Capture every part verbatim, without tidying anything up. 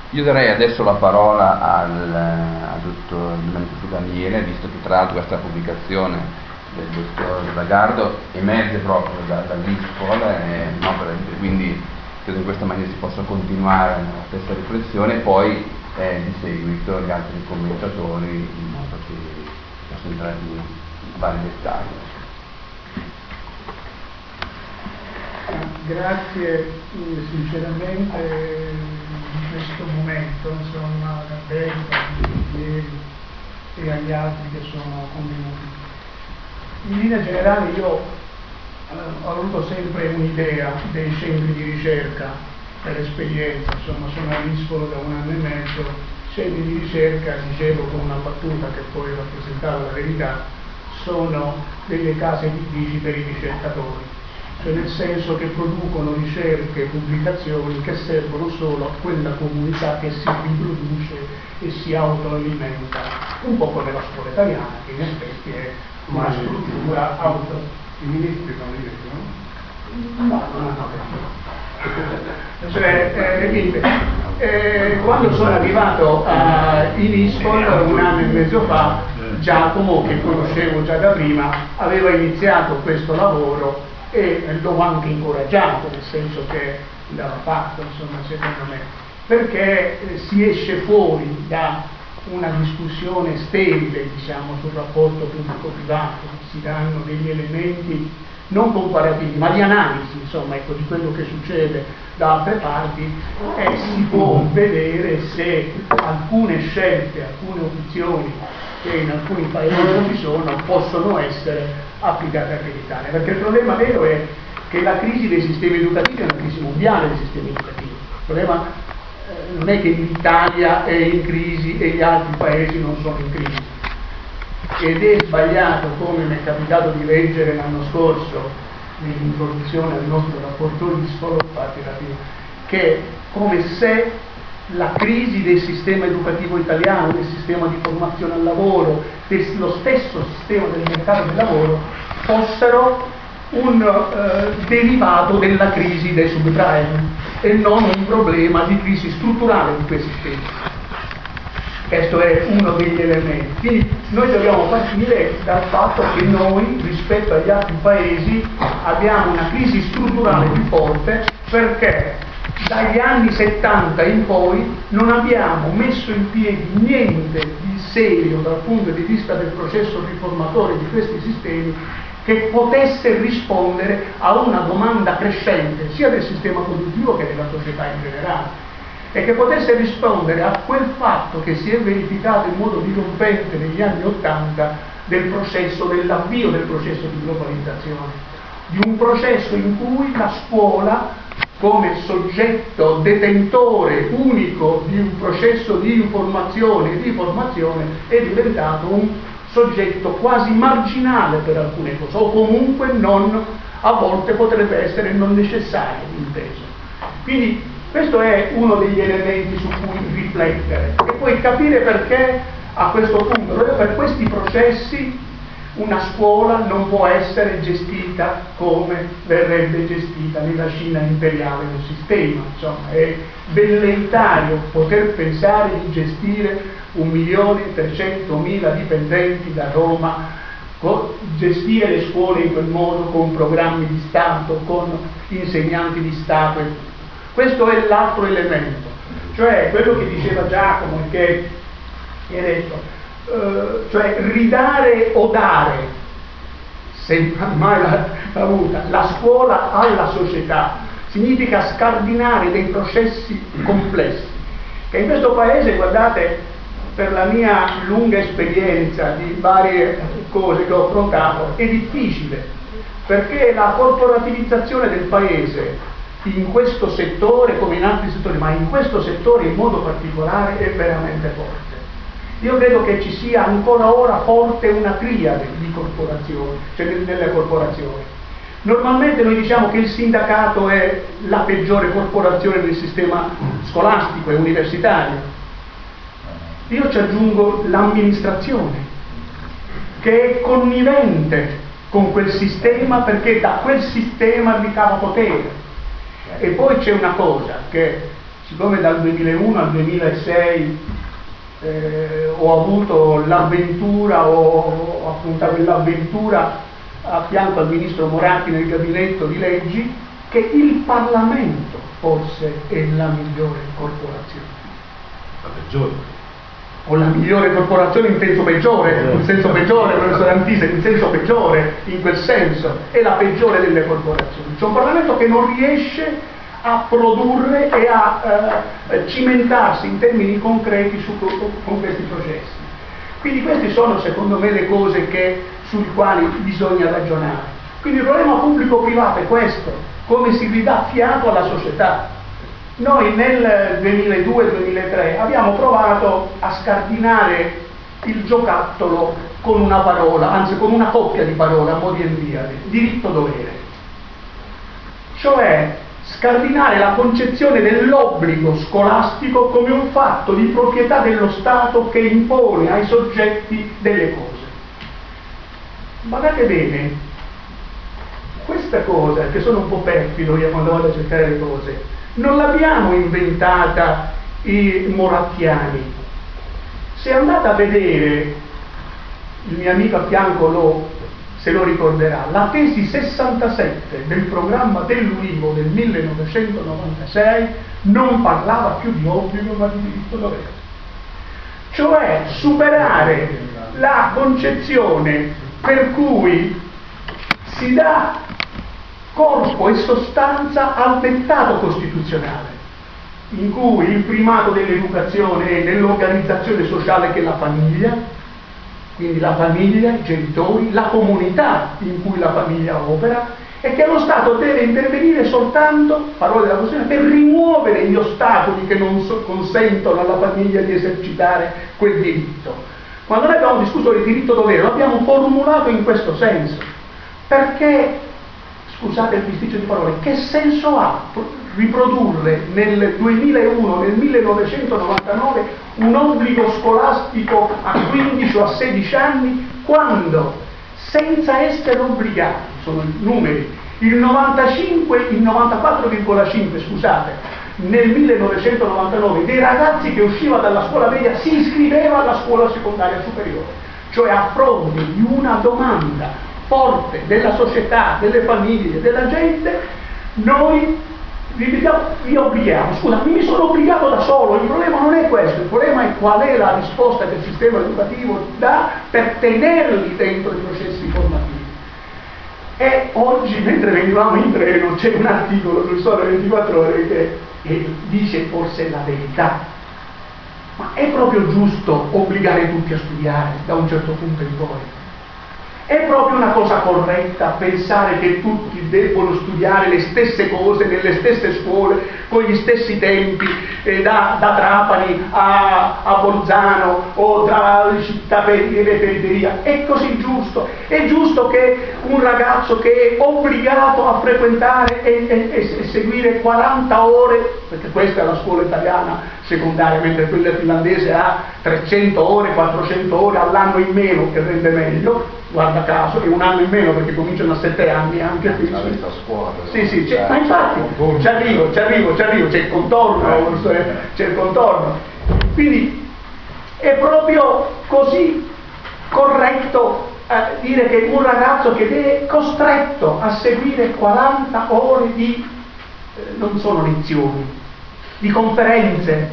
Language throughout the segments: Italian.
Io darei adesso la parola al, al dottor Daniele, visto che tra l'altro questa pubblicazione del dottor Zagardo emerge proprio da, dall'I-Spol, eh, quindi credo in questa maniera si possa continuare nella stessa riflessione e poi eh, di seguito gli altri commentatori in modo che possano entrare in vari dettagli. Grazie sinceramente in questo momento, insomma, a Berta, e agli altri che sono convenuti. In linea generale io eh, ho avuto sempre un'idea dei centri di ricerca per esperienza, insomma sono all'I-Spol da un anno e mezzo, centri di ricerca, dicevo con una battuta che poi rappresentava la verità, sono delle case editrici per i ricercatori. Cioè nel senso che producono ricerche e pubblicazioni che servono solo a quella comunità che si riproduce e si autoalimenta, un po' come la scuola italiana, che in effetti è una struttura auto. I ministri fanno questo, no? No, no, no. Cioè, eh, quindi, eh, quando sono arrivato a, in I-Spol un anno e mezzo fa, Giacomo, che conoscevo già da prima, aveva iniziato questo lavoro e l'ho anche incoraggiato, nel senso che l'aveva fatto, insomma, secondo me, perché eh, si esce fuori da una discussione sterile, diciamo, sul rapporto pubblico-privato, si danno degli elementi non comparativi, ma di analisi, insomma, ecco, di quello che succede da altre parti, e si può vedere se alcune scelte, alcune opzioni che in alcuni paesi ci sono, possono essere applicate anche in Italia, perché il problema vero è che la crisi dei sistemi educativi è una crisi mondiale dei sistemi educativi. Il problema eh, non è che l'Italia è in crisi e gli altri paesi non sono in crisi, ed è sbagliato, come mi è capitato di leggere l'anno scorso nell'introduzione al nostro rapporto I-Spol, che come se la crisi del sistema educativo italiano, del sistema di formazione al lavoro, dello stesso sistema del mercato del lavoro, fossero un eh, derivato della crisi dei subprime e non un problema di crisi strutturale di quei sistemi. Questo è uno degli elementi. Quindi noi dobbiamo partire dal fatto che noi, rispetto agli altri paesi, abbiamo una crisi strutturale più forte, perché dagli anni settanta in poi non abbiamo messo in piedi niente di serio dal punto di vista del processo riformatore di questi sistemi che potesse rispondere a una domanda crescente sia del sistema produttivo che della società in generale, e che potesse rispondere a quel fatto che si è verificato in modo dirompente negli anni ottanta del processo, dell'avvio del processo di globalizzazione, di un processo in cui la scuola, come soggetto detentore unico di un processo di informazione e di formazione, è diventato un soggetto quasi marginale per alcune cose, o comunque non, a volte potrebbe essere non necessario, inteso. Quindi questo è uno degli elementi su cui riflettere e poi capire perché a questo punto, proprio per questi processi, una scuola non può essere gestita come verrebbe gestita nella Cina imperiale del sistema. Insomma, è velleitario poter pensare di gestire un milione e trecentomila dipendenti da Roma, gestire le scuole in quel modo con programmi di Stato, con insegnanti di Stato. Questo è l'altro elemento, cioè quello che diceva Giacomo e che hai detto. Uh, cioè ridare o dare, sempre mai l'ha avuta, la scuola alla società, significa scardinare dei processi complessi, che in questo paese, guardate, per la mia lunga esperienza di varie cose che ho affrontato, è difficile, perché la corporativizzazione del paese in questo settore, come in altri settori, ma in questo settore in modo particolare, è veramente forte. Io credo che ci sia ancora ora forte una triade di corporazioni, cioè nelle corporazioni. Normalmente noi diciamo che il sindacato è la peggiore corporazione del sistema scolastico e universitario. Io ci aggiungo l'amministrazione, che è connivente con quel sistema perché da quel sistema ricava potere. E poi c'è una cosa che siccome dal duemilauno al duemilasei eh, ho avuto l'avventura, ho, ho affrontato quell'avventura a fianco al ministro Moratti nel gabinetto di leggi, che il Parlamento forse è la migliore corporazione. La peggiore. O la migliore corporazione in senso peggiore, in senso peggiore, professor Antisa, in senso peggiore, in quel senso, è la peggiore delle corporazioni. C'è un Parlamento che non riesce a produrre e a eh, cimentarsi in termini concreti su, con questi processi. Quindi queste sono secondo me le cose che, sulle quali bisogna ragionare. Quindi il problema pubblico-privato è questo, come si ridà fiato alla società. Noi nel duemiladue duemilatré abbiamo provato a scardinare il giocattolo con una parola, anzi con una coppia di parole a mo' di endiade, diritto-dovere. Cioè scardinare la concezione dell'obbligo scolastico come un fatto di proprietà dello Stato che impone ai soggetti delle cose. Guardate bene, questa cosa, che sono un po' perfido io quando vado a cercare le cose, non l'abbiamo inventata i morattiani. Se andate a vedere, il mio amico a fianco lo, se lo ricorderà, la tesi sessantasette del programma dell'Ulivo del millenovecentonovantasei non parlava più di obbligo ma di diritto dovere. Cioè superare la concezione per cui si dà corpo e sostanza al dettato costituzionale, in cui il primato dell'educazione è nell'organizzazione sociale che è la famiglia, quindi la famiglia, i genitori, la comunità in cui la famiglia opera, e che lo Stato deve intervenire soltanto, parole della Costituzione, per rimuovere gli ostacoli che non so, consentono alla famiglia di esercitare quel diritto. Quando noi abbiamo discusso del diritto dovere, lo abbiamo formulato in questo senso, perché scusate il bisticcio di parole, che senso ha riprodurre nel duemilauno, nel millenovecentonovantanove, un obbligo scolastico a quindici o a sedici anni, quando, senza essere obbligati, sono i numeri, il novantacinque, il novantaquattro virgola cinque, scusate, nel millenovecentonovantanove, dei ragazzi che usciva dalla scuola media si iscriveva alla scuola secondaria superiore, cioè a fronte di una domanda forte della società, delle famiglie, della gente, noi ripetiamo, vi obblighiamo. Scusa, mi sono obbligato da solo, il problema non è questo, il problema è qual è la risposta che il sistema educativo dà per tenerli dentro i processi formativi. E oggi, mentre venivamo in treno, c'è un articolo sul Sole ventiquattro Ore che, che dice forse la verità. Ma è proprio giusto obbligare tutti a studiare da un certo punto in poi? È proprio una cosa corretta pensare che tutti debbono studiare le stesse cose nelle stesse scuole, con gli stessi tempi, eh, da, da Trapani a, a Bolzano o tra le città e le periferie? È così giusto. È giusto che un ragazzo che è obbligato a frequentare e, e, e, e seguire quaranta ore, perché questa è la scuola italiana secondaria, mentre quella finlandese ha trecento ore, quattrocento ore all'anno in meno, che rende meglio, guarda caso, e un anno in meno perché cominciano a sette anni anche qui. La vita a scuola. Sì, sì, c'è, ma infatti ci arrivo, ci arrivo, ci arrivo, c'è il contorno, c'è il contorno. Quindi è proprio così corretto eh, dire che un ragazzo che è costretto a seguire quaranta ore di, eh, non sono lezioni, di conferenze,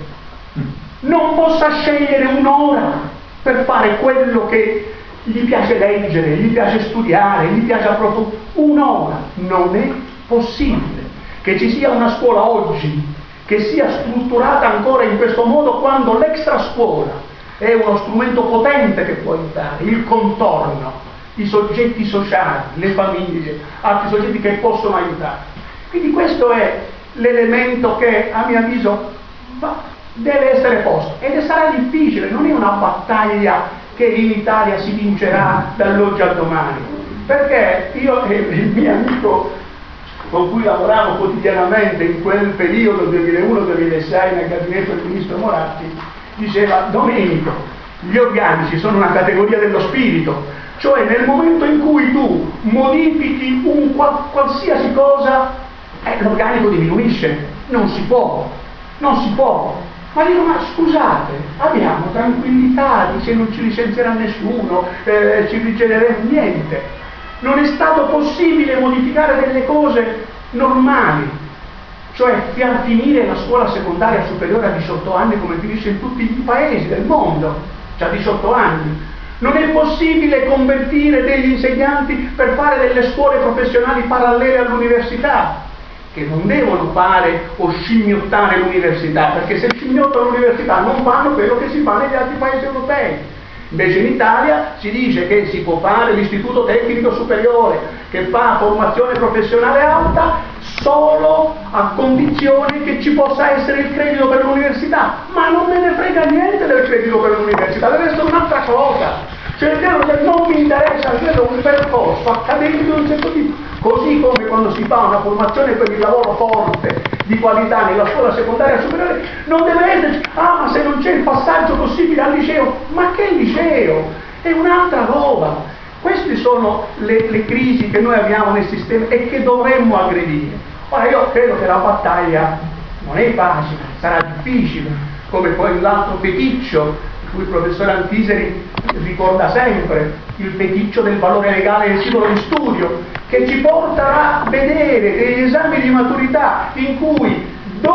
non possa scegliere un'ora per fare quello che gli piace leggere, gli piace studiare, gli piace approfondire. Un'ora non è possibile che ci sia una scuola oggi che sia strutturata ancora in questo modo, quando l'extra scuola è uno strumento potente che può aiutare, il contorno, i soggetti sociali, le famiglie, altri soggetti che possono aiutare. Quindi questo è l'elemento che a mio avviso deve essere posto, ed sarà difficile, non è una battaglia che in Italia si vincerà dall'oggi al domani, perché io e il mio amico con cui lavoravo quotidianamente in quel periodo duemilauno duemilasei nel gabinetto del ministro Moratti diceva: Domenico, gli organici sono una categoria dello spirito, cioè nel momento in cui tu modifichi un qual- qualsiasi cosa eh, l'organico diminuisce, non si può. non si può. Ma dico, ma scusate, abbiamo tranquillità, se non ci licenzierà nessuno, eh, ci rigeneremo niente. Non è stato possibile modificare delle cose normali, cioè far finire la scuola secondaria superiore a diciotto anni come finisce in tutti i paesi del mondo, cioè a diciotto anni. Non è possibile convertire degli insegnanti per fare delle scuole professionali parallele all'università, che non devono fare o scimmiottare l'università, perché se scimmiottano l'università non fanno quello che si fa negli altri paesi europei. Invece in Italia si dice che si può fare l'istituto tecnico superiore, che fa formazione professionale alta, solo a condizione che ci possa essere il credito per l'università, ma non me ne frega niente del credito per l'università, deve essere un'altra cosa. Cioè è vero che non mi interessa, credo un percorso accademico di un certo tipo, così come quando si fa una formazione per il lavoro forte, di qualità nella scuola secondaria superiore, non deve esserci, ah ma se non c'è il passaggio possibile al liceo, ma che liceo? È un'altra roba. Queste sono le, le crisi che noi abbiamo nel sistema e che dovremmo aggredire. Ora io credo che la battaglia non è facile, sarà difficile, come poi l'altro feticcio di cui il professor Antiseri ricorda sempre, il feticcio del valore legale del titolo di studio, che ci porta a vedere degli esami di maturità in cui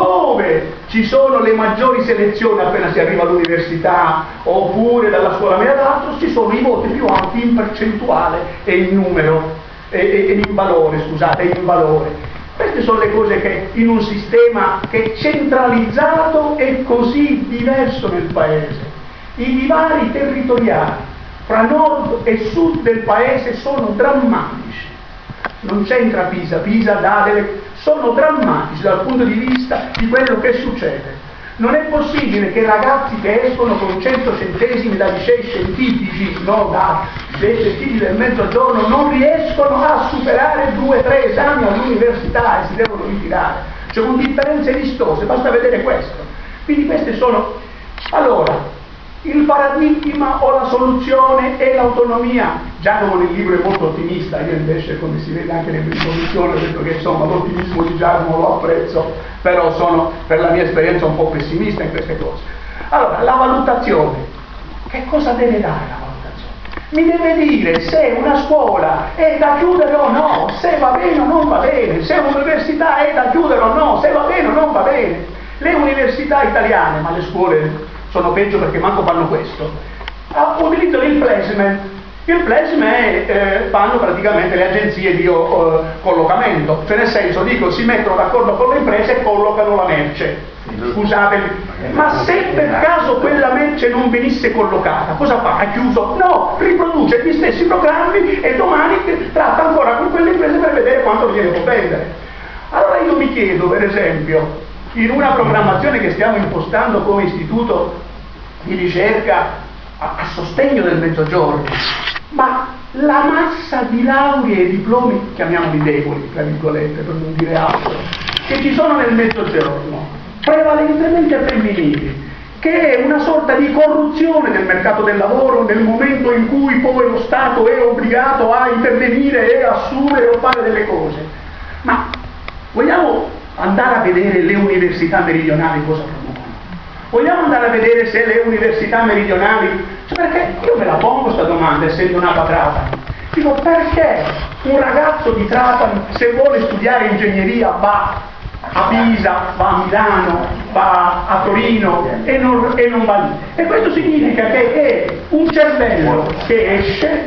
dove ci sono le maggiori selezioni appena si arriva all'università oppure dalla scuola media d'altro, ci sono i voti più alti in percentuale e in numero e, e, e in valore, scusate, in valore. Queste sono le cose che in un sistema che è centralizzato e così diverso nel paese. I divari territoriali fra nord e sud del paese sono drammatici. Non c'entra Pisa, Pisa dà delle... sono drammatici dal punto di vista di quello che succede. Non è possibile che ragazzi che escono con cento centesimi da licei scientifici, no da licei scientifici del mezzogiorno, non riescono a superare due o tre esami all'università e si devono ritirare. Cioè con differenze vistose, basta vedere questo. Quindi queste sono... Allora, il paradigma o la soluzione è l'autonomia. Giacomo nel libro è molto ottimista, io invece, come si vede anche nell'introduzione, ho detto che insomma l'ottimismo di Giacomo lo apprezzo, però sono per la mia esperienza un po' pessimista in queste cose. Allora, la valutazione, che cosa deve dare la valutazione? Mi deve dire se una scuola è da chiudere o no, se va bene o non va bene, se un'università è da chiudere o no, se va bene o non va bene. Le università italiane, ma le scuole sono peggio perché manco fanno questo, utilizzano il placement. Il placement è, eh, fanno praticamente le agenzie di uh, collocamento, cioè nel senso, dico, si mettono d'accordo con le imprese e collocano la merce. Scusate, ma se per caso quella merce non venisse collocata, cosa fa? Ha chiuso? No, riproduce gli stessi programmi e domani tratta ancora con quelle imprese per vedere quanto gliene può vendere. Allora io mi chiedo, per esempio, in una programmazione che stiamo impostando come istituto di ricerca a, a sostegno del Mezzogiorno, ma la massa di lauree e diplomi, chiamiamoli deboli, tra virgolette, per non dire altro, che ci sono nel Mezzogiorno, prevalentemente femminili, che è una sorta di corruzione del mercato del lavoro nel momento in cui poi lo Stato è obbligato a intervenire e assumere o fare delle cose. Ma vogliamo andare a vedere le università meridionali cosa promuovono? Vogliamo andare a vedere se le università meridionali... Cioè perché io me la pongo questa domanda, essendo nata a Trapani. Dico, perché un ragazzo di Trapani, se vuole studiare ingegneria, va a Pisa, va a Milano, va a Torino e non, e non va lì? E questo significa che è un cervello che esce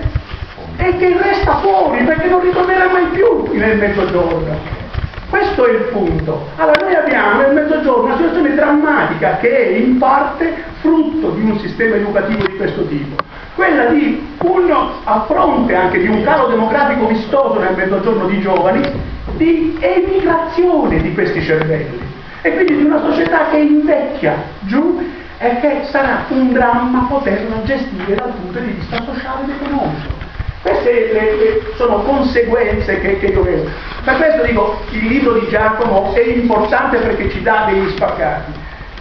e che resta fuori, perché non ritornerà mai più nel Mezzogiorno. Questo è il punto. Allora noi abbiamo nel Mezzogiorno una situazione drammatica che è in parte frutto di un sistema educativo di questo tipo. Quella di uno, a fronte anche di un calo demografico vistoso nel Mezzogiorno di giovani, di emigrazione di questi cervelli. E quindi di una società che invecchia giù e che sarà un dramma poterla gestire dal punto di vista sociale ed economico. Queste le, le, sono conseguenze che, che io vedo. Per questo dico, il libro di Giacomo è importante perché ci dà degli spaccati.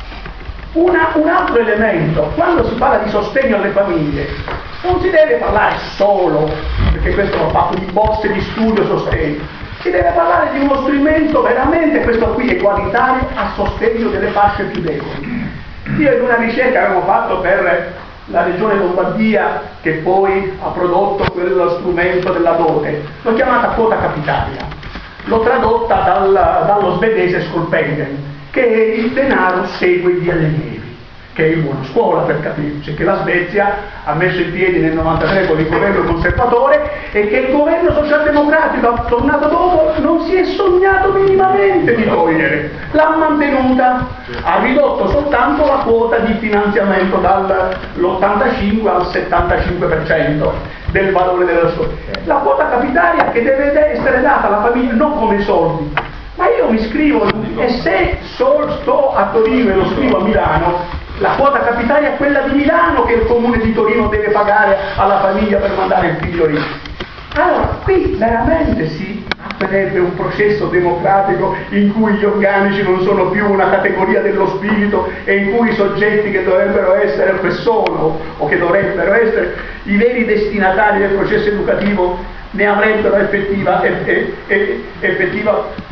Una, un altro elemento, quando si parla di sostegno alle famiglie, non si deve parlare solo, perché questo va fatto di borse di studio sostegno, Si deve parlare di uno strumento veramente, questo qui, egualitario a sostegno delle fasce più deboli. Io in una ricerca che avevo fatto per la regione Lombardia, che poi ha prodotto quello strumento della dote, l'ho chiamata quota capitaria, l'ho tradotta dal, dallo svedese Skolpengen, che il denaro segue gli allievi, che è in buona scuola per capirci, che la Svezia ha messo in piedi nel novantatré con il governo conservatore e che il governo socialdemocratico tornato dopo non si è sognato minimamente di togliere, l'ha mantenuta, ha ridotto soltanto la quota di finanziamento dall'ottantacinque al settantacinque per cento del valore della scuola. La quota capitaria che deve essere data alla famiglia non come soldi, ma io mi scrivo e se sto a Torino e lo scrivo a Milano, la quota capitaria è quella di Milano che il comune di Torino deve pagare alla famiglia per mandare il figlio lì. Allora, qui veramente si aprirebbe un processo democratico in cui gli organici non sono più una categoria dello spirito e in cui i soggetti che dovrebbero essere, che sono o che dovrebbero essere i veri destinatari del processo educativo ne avrebbero effettiva, e, e, effettiva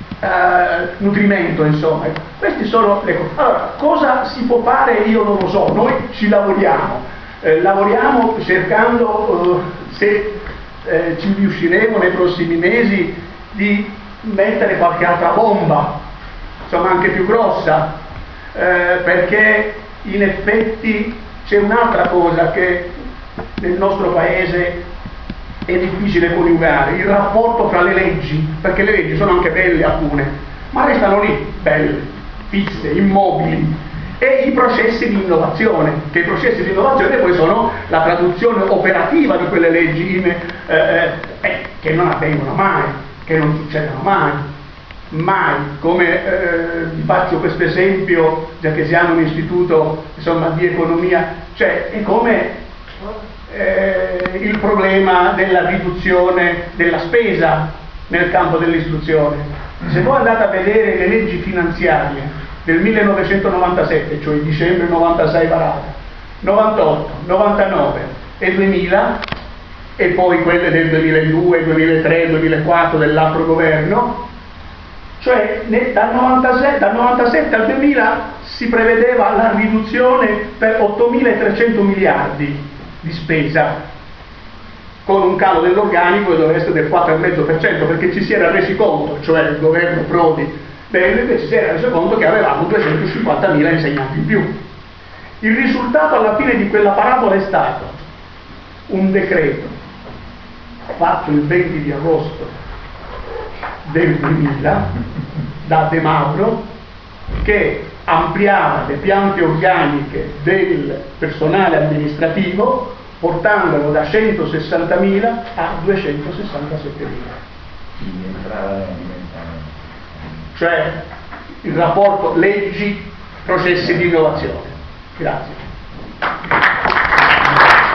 Uh, nutrimento, insomma. Queste sono le cose. Allora, cosa si può fare? Io non lo so, noi ci lavoriamo, eh, lavoriamo cercando, uh, se eh, ci riusciremo nei prossimi mesi, di mettere qualche altra bomba, insomma anche più grossa, eh, perché in effetti c'è un'altra cosa che nel nostro paese è difficile coniugare, il rapporto fra le leggi, perché le leggi sono anche belle alcune, ma restano lì, belle, fisse, immobili, e i processi di innovazione, che i processi di innovazione poi sono la traduzione operativa di quelle leggi in, eh, eh, che non avvengono mai, che non succedono mai, mai, come eh, vi faccio questo esempio, già che siamo un istituto insomma, di economia, cioè è come Eh, il problema della riduzione della spesa nel campo dell'istruzione. Se voi andate a vedere le leggi finanziarie del millenovecentonovantasette, cioè dicembre novantasei varata, novantotto, novantanove e duemila, e poi quelle del duemiladue, duemilatré, duemilaquattro dell'altro governo, cioè nel, dal, novantasei, dal novantasette al duemila si prevedeva la riduzione per ottomilatrecento miliardi di spesa, con un calo dell'organico che doveva essere del quattro virgola cinque per cento, perché ci si era resi conto, cioè il governo Prodi, bene, ci si era reso conto che avevamo duecentocinquantamila insegnanti in più. Il risultato alla fine di quella parabola è stato un decreto fatto il venti di agosto del duemila da De Mauro, che ampliava le piante organiche del personale amministrativo portandolo da centosessantamila a duecentosessantasettemila. Cioè il rapporto leggi, processi di innovazione. Grazie.